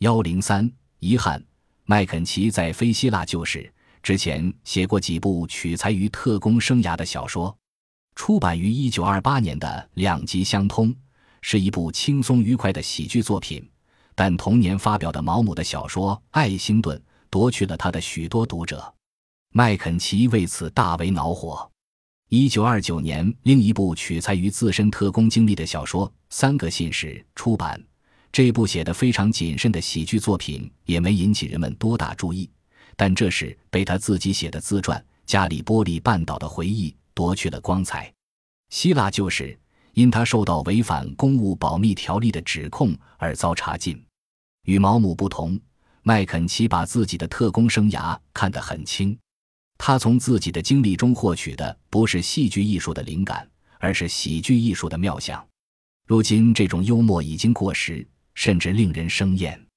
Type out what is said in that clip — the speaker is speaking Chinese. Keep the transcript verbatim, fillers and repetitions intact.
一零三遗憾，麦肯齐在非希腊旧史之前写过几部取材于特工生涯的小说。出版于一九二八年的《两极相通》是一部轻松愉快的喜剧作品，但同年发表的毛姆的小说《爱星顿》夺去了他的许多读者，麦肯齐为此大为恼火。一九二九年，另一部取材于自身特工经历的小说《三个信使》出版，这部写得非常谨慎的喜剧作品也没引起人们多大注意，但这时被他自己写的自传《加里波利半岛的回忆》夺去了光彩。希腊旧史因他受到违反公务保密条例的指控而遭查禁。与毛姆不同，麦肯齐把自己的特工生涯看得很轻，他从自己的经历中获取的不是戏剧艺术的灵感，而是喜剧艺术的妙想。如今这种幽默已经过时，甚至令人生厌。